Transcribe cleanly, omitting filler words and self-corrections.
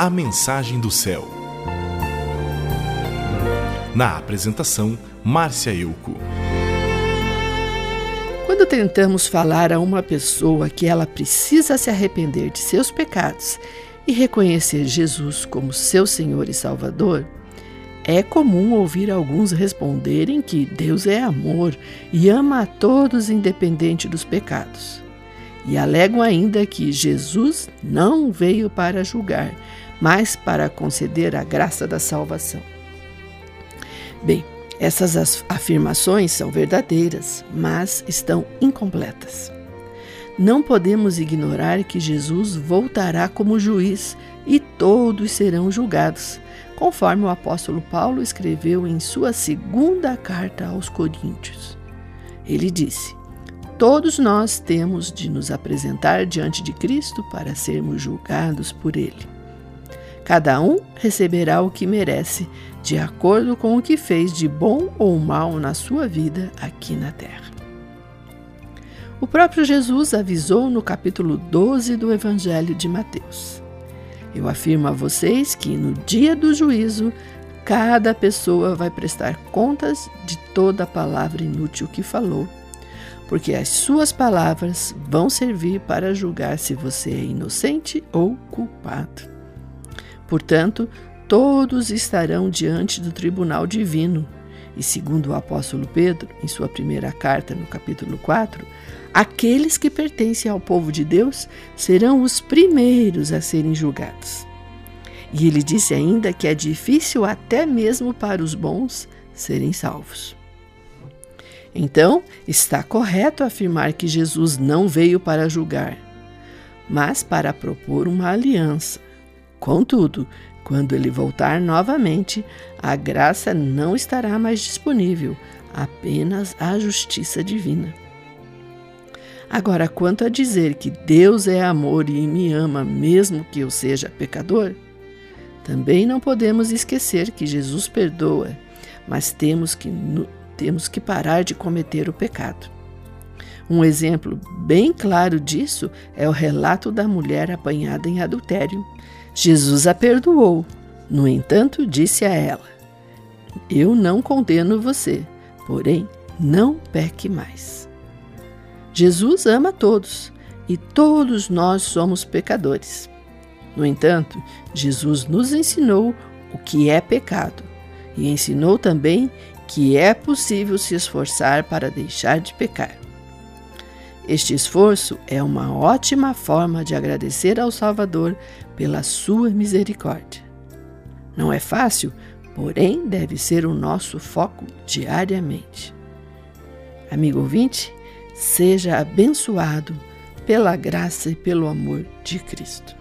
A Mensagem do Céu. Na apresentação, Márcia Euco. Quando tentamos falar a uma pessoa que ela precisa se arrepender de seus pecados e reconhecer Jesus como seu Senhor e Salvador, é comum ouvir alguns responderem que Deus é amor e ama a todos independente dos pecados. E alegam ainda que Jesus não veio para julgar, mas para conceder a graça da salvação. Bem, essas afirmações são verdadeiras, mas estão incompletas. Não podemos ignorar que Jesus voltará como juiz e todos serão julgados, conforme o apóstolo Paulo escreveu em sua segunda carta aos Coríntios. Ele disse: todos nós temos de nos apresentar diante de Cristo para sermos julgados por Ele. Cada um receberá o que merece, de acordo com o que fez de bom ou mal na sua vida aqui na terra. O próprio Jesus avisou no capítulo 12 do Evangelho de Mateus: eu afirmo a vocês que no dia do juízo, cada pessoa vai prestar contas de toda a palavra inútil que falou, porque as suas palavras vão servir para julgar se você é inocente ou culpado. Portanto, todos estarão diante do tribunal divino. E segundo o apóstolo Pedro, em sua primeira carta, no capítulo 4, aqueles que pertencem ao povo de Deus serão os primeiros a serem julgados. E ele disse ainda que é difícil até mesmo para os bons serem salvos. Então, está correto afirmar que Jesus não veio para julgar, mas para propor uma aliança. Contudo, quando ele voltar novamente, a graça não estará mais disponível, apenas a justiça divina. Agora, quanto a dizer que Deus é amor e me ama mesmo que eu seja pecador, também não podemos esquecer que Jesus perdoa, mas temos que parar de cometer o pecado. Um exemplo bem claro disso é o relato da mulher apanhada em adultério. Jesus a perdoou, no entanto, disse a ela: eu não condeno você, porém, não peque mais. Jesus ama todos e todos nós somos pecadores. No entanto, Jesus nos ensinou o que é pecado e ensinou também que é possível se esforçar para deixar de pecar. Este esforço é uma ótima forma de agradecer ao Salvador pela sua misericórdia. Não é fácil, porém deve ser o nosso foco diariamente. Amigo ouvinte, seja abençoado pela graça e pelo amor de Cristo.